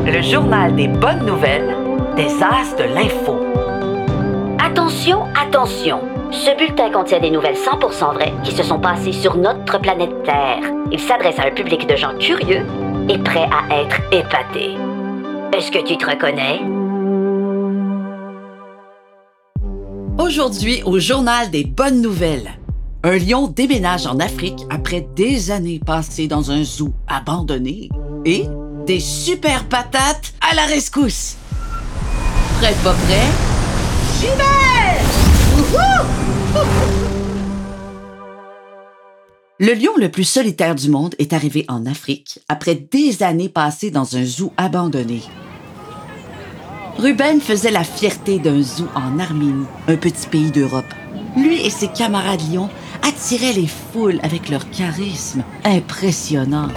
le journal des bonnes nouvelles, des as de l'info. Attention, attention! Ce bulletin contient des nouvelles 100% vraies qui se sont passées sur notre planète Terre. Il s'adresse à un public de gens curieux et prêts à être épatés. Est-ce que tu te reconnais? Aujourd'hui, au journal des bonnes nouvelles, un lion déménage en Afrique après des années passées dans un zoo abandonné et des super patates à la rescousse. Prêt pas prêt? J'y vais! Wouhou! Le lion le plus solitaire du monde est arrivé en Afrique après des années passées dans un zoo abandonné. Ruben faisait la fierté d'un zoo en Arménie, un petit pays d'Europe. Lui et ses camarades lions attiraient les foules avec leur charisme impressionnant.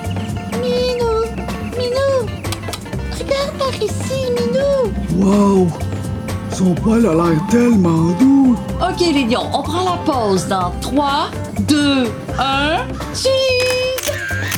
Minou! Regarde par ici, Minou! Wow! Son poil a l'air tellement doux! OK, les lions, on prend la pause dans 3, 2, 1... Cheese!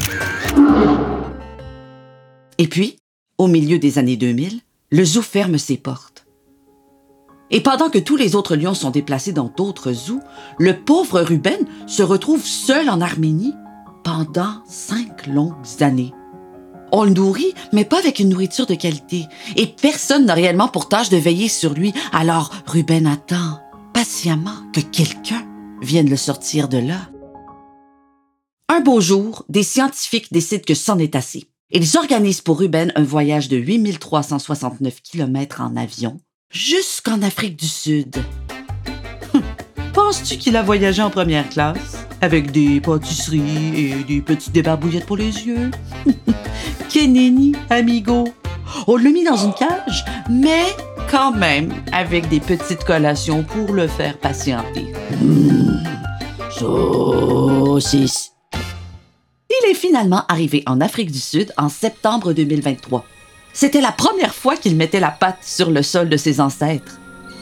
Et puis, au milieu des années 2000, le zoo ferme ses portes. Et pendant que tous les autres lions sont déplacés dans d'autres zoos, le pauvre Ruben se retrouve seul en Arménie pendant 5 longues années. On le nourrit, mais pas avec une nourriture de qualité. Et personne n'a réellement pour tâche de veiller sur lui. Alors Ruben attend patiemment que quelqu'un vienne le sortir de là. Un beau jour, des scientifiques décident que c'en est assez. Ils organisent pour Ruben un voyage de 8369 km en avion jusqu'en Afrique du Sud. Penses-tu qu'il a voyagé en première classe? Avec des pâtisseries et des petites débarbouillettes pour les yeux? Keneni, amigo. On l'a mis dans une cage, mais quand même avec des petites collations pour le faire patienter. Saucisse. Il est finalement arrivé en Afrique du Sud en septembre 2023. C'était la première fois qu'il mettait la patte sur le sol de ses ancêtres.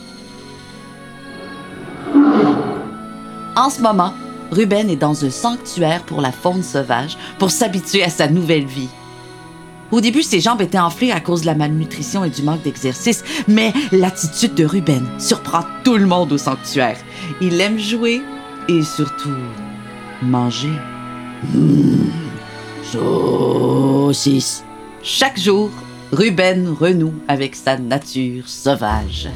En ce moment, Ruben est dans un sanctuaire pour la faune sauvage pour s'habituer à sa nouvelle vie. Au début, ses jambes étaient enflées à cause de la malnutrition et du manque d'exercice, mais l'attitude de Ruben surprend tout le monde au sanctuaire. Il aime jouer et surtout manger. Saucisse. Chaque jour, Ruben renoue avec sa nature sauvage.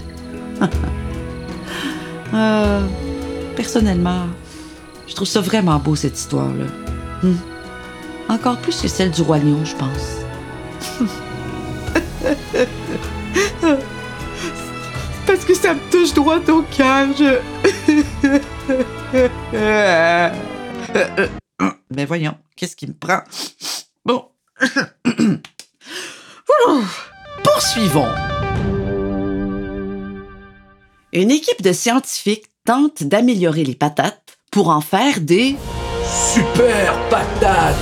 Personnellement, je trouve ça vraiment beau, cette histoire-là. Encore plus que celle du roi lion, je pense. Parce que ça me touche droit au cœur, Mais voyons, qu'est-ce qui me prend? Bon. Poursuivons. Une équipe de scientifiques tente d'améliorer les patates pour en faire des Super patates!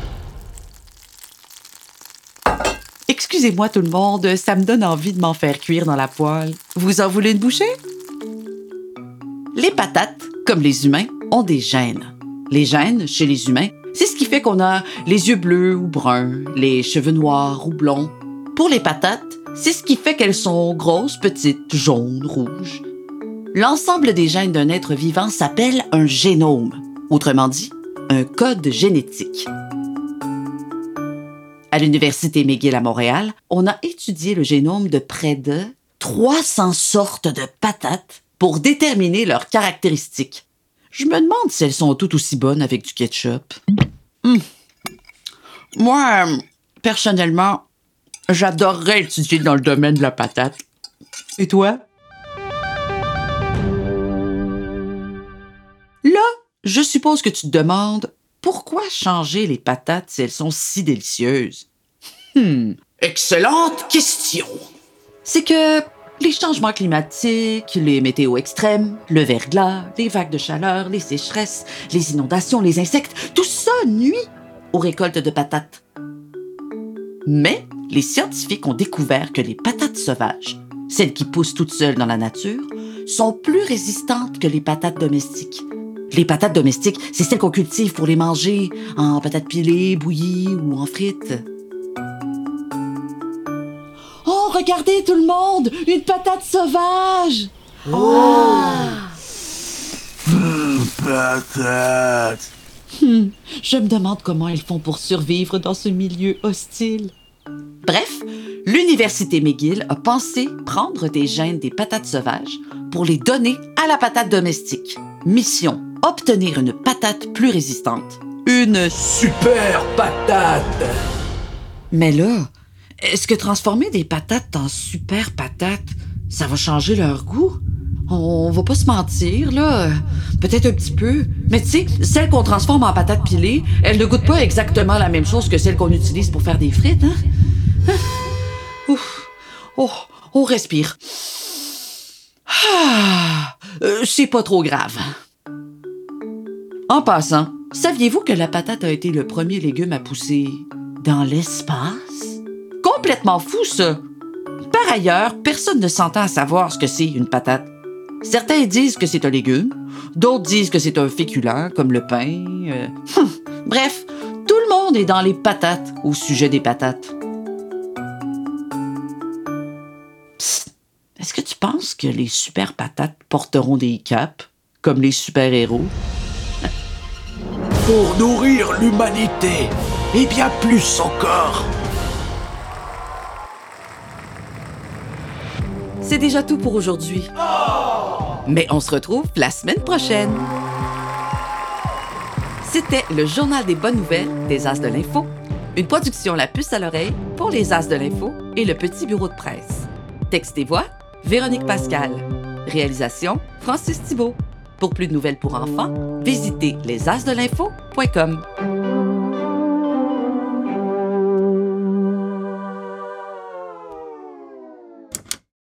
Excusez-moi tout le monde, ça me donne envie de m'en faire cuire dans la poêle. Vous en voulez une bouchée? Les patates, comme les humains, ont des gènes. Les gènes, chez les humains, c'est ce qui fait qu'on a les yeux bleus ou bruns, les cheveux noirs ou blonds. Pour les patates, c'est ce qui fait qu'elles sont grosses, petites, jaunes, rouges. L'ensemble des gènes d'un être vivant s'appelle un génome, autrement dit, un code génétique. À l'Université McGill à Montréal, on a étudié le génome de près de 300 sortes de patates pour déterminer leurs caractéristiques. Je me demande si elles sont toutes aussi bonnes avec du ketchup. Moi, personnellement, j'adorerais étudier dans le domaine de la patate. Et toi? Là, je suppose que tu te demandes pourquoi changer les patates si elles sont si délicieuses? Excellente question! C'est que les changements climatiques, les météos extrêmes, le verglas, les vagues de chaleur, les sécheresses, les inondations, les insectes, tout ça nuit aux récoltes de patates. Mais les scientifiques ont découvert que les patates sauvages, celles qui poussent toutes seules dans la nature, sont plus résistantes que les patates domestiques. Les patates domestiques, c'est celles qu'on cultive pour les manger en patates pilées, bouillies ou en frites. Regardez tout le monde! Une patate sauvage! Patate. Je me demande comment ils font pour survivre dans ce milieu hostile. Bref, l'Université McGill a pensé prendre des gènes des patates sauvages pour les donner à la patate domestique. Mission, obtenir une patate plus résistante. Une Super patate. Mais là, est-ce que transformer des patates en super patates, ça va changer leur goût? On va pas se mentir, là. Peut-être un petit peu. Mais tu sais, celles qu'on transforme en patates pilées, elles ne goûtent pas exactement la même chose que celles qu'on utilise pour faire des frites, hein? Ouf. Oh, on respire. C'est pas trop grave. En passant, saviez-vous que la patate a été le premier légume à pousser dans l'espace? Complètement fou, ça! Par ailleurs, personne ne s'entend à savoir ce que c'est une patate. Certains disent que c'est un légume, d'autres disent que c'est un féculent, comme le pain. Bref, tout le monde est dans les patates au sujet des patates. Psst, est-ce que tu penses que les super patates porteront des capes, comme les super-héros? Pour nourrir l'humanité, et bien plus encore. C'est déjà tout pour aujourd'hui. Mais on se retrouve la semaine prochaine. C'était le Journal des bonnes nouvelles des As de l'Info, une production La Puce à l'oreille pour les As de l'Info et le Petit Bureau de presse. Texte et voix, Véronique Pascal. Réalisation, Francis Thibault. Pour plus de nouvelles pour enfants, visitez lesasdelinfo.com.